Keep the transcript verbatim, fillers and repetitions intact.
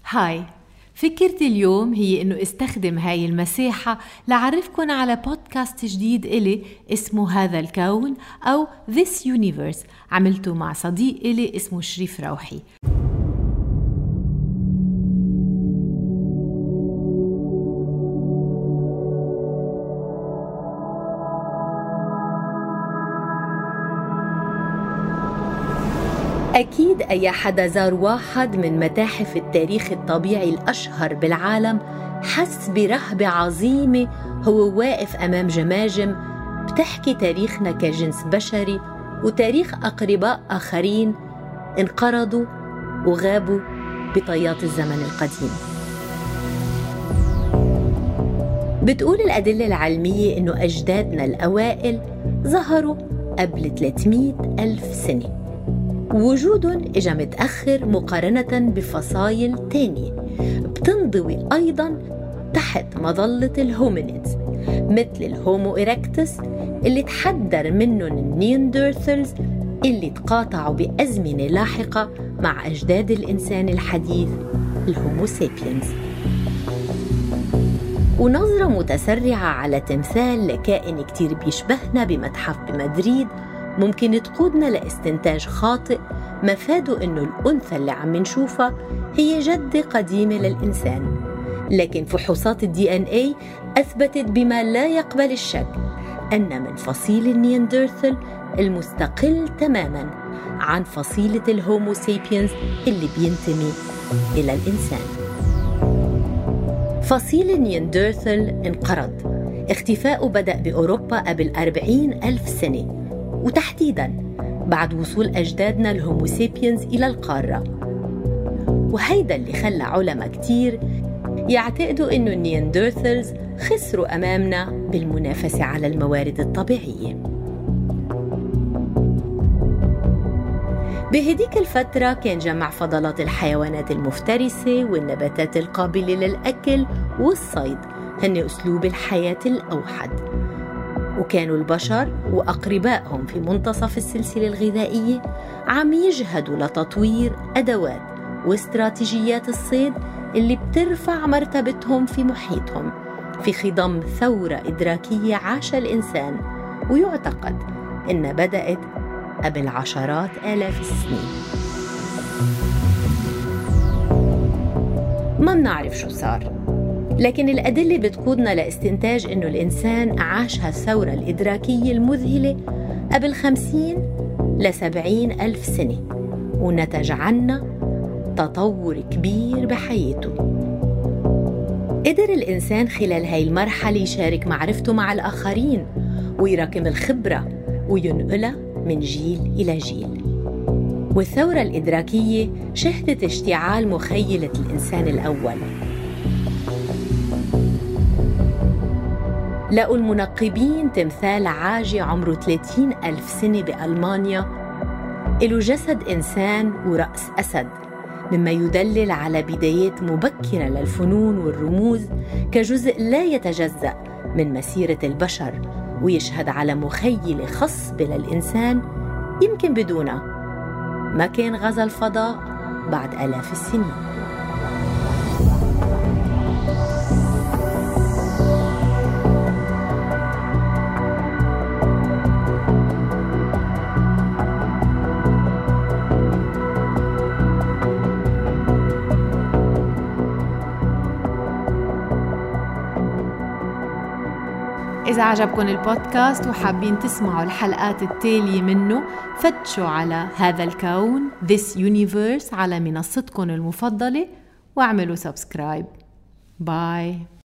هاي، فكرتي اليوم هي إنه استخدم هاي المساحة لعرفكن على بودكاست جديد إلي اسمه هذا الكون أو This Universe، عملته مع صديق إلي اسمه شريف روحي. أكيد أي حدا زار واحد من متاحف التاريخ الطبيعي الأشهر بالعالم حس برهبة عظيمة هو واقف أمام جماجم بتحكي تاريخنا كجنس بشري وتاريخ أقرباء آخرين انقرضوا وغابوا بطيات الزمن القديم. بتقول الأدلة العلمية إنه أجدادنا الأوائل ظهروا قبل ثلاثمئة ألف سنة، وجودهم إجا متأخر مقارنة بفصائل تانية بتنضوي أيضاً تحت مظلة الهومينيدز مثل الهومو إيركتس اللي تحدر منهم النياندرتالز اللي تقاطعوا بأزمنة لاحقة مع أجداد الإنسان الحديث الهومو سابينز. ونظرة متسرعة على تمثال لكائن كتير بيشبهنا بمتحف بمدريد ممكن تقودنا لاستنتاج خاطئ مفاده إنه الأنثى اللي عم نشوفها هي جدة قديمة للإنسان، لكن فحوصات الدي إن إيه أثبتت بما لا يقبل الشك أن من فصيل النياندرتال المستقل تماماً عن فصيلة الهومو سابينز اللي بينتمي إلى الإنسان. فصيل النياندرتال انقرض، اختفاؤه بدأ بأوروبا قبل أربعين ألف سنة، وتحديداً بعد وصول أجدادنا الهومو سابينز إلى القارة. وهيدا اللي خلى علماء كتير يعتقدوا إنه النياندرتالز خسروا أمامنا بالمنافسة على الموارد الطبيعية. بهديك الفترة كان جمع فضلات الحيوانات المفترسة والنباتات القابلة للأكل والصيد هن أسلوب الحياة الأوحد، وكانوا البشر وأقربائهم في منتصف السلسلة الغذائية عم يجهدوا لتطوير أدوات واستراتيجيات الصيد اللي بترفع مرتبتهم في محيطهم في خضم ثورة إدراكية عاش الإنسان، ويعتقد إنها بدأت قبل عشرات آلاف السنين. ما بنعرف شو صار، لكن الأدلة بتقودنا لاستنتاج إنه الإنسان عاش هالثورة الإدراكية المذهلة قبل خمسين لسبعين ألف سنة، ونتج عنا تطور كبير بحياته. قدر الإنسان خلال هاي المرحلة يشارك معرفته مع الآخرين ويراكم الخبرة وينقلها من جيل إلى جيل. والثورة الإدراكية شهدت اشتعال مخيلة الإنسان الأول. لقوا المنقبين تمثال عاجي عمره ثلاثين ألف سنة بألمانيا إله جسد إنسان ورأس أسد، مما يدلل على بدايات مبكرة للفنون والرموز كجزء لا يتجزأ من مسيرة البشر، ويشهد على مخيلة خصبة للإنسان يمكن بدونها ما كان غزا الفضاء بعد آلاف السنين. إذا عجبكم البودكاست وحابين تسمعوا الحلقات التالية منه، فتشوا على هذا الكون This Universe على منصتكم المفضلة واعملوا سبسكرايب. باي.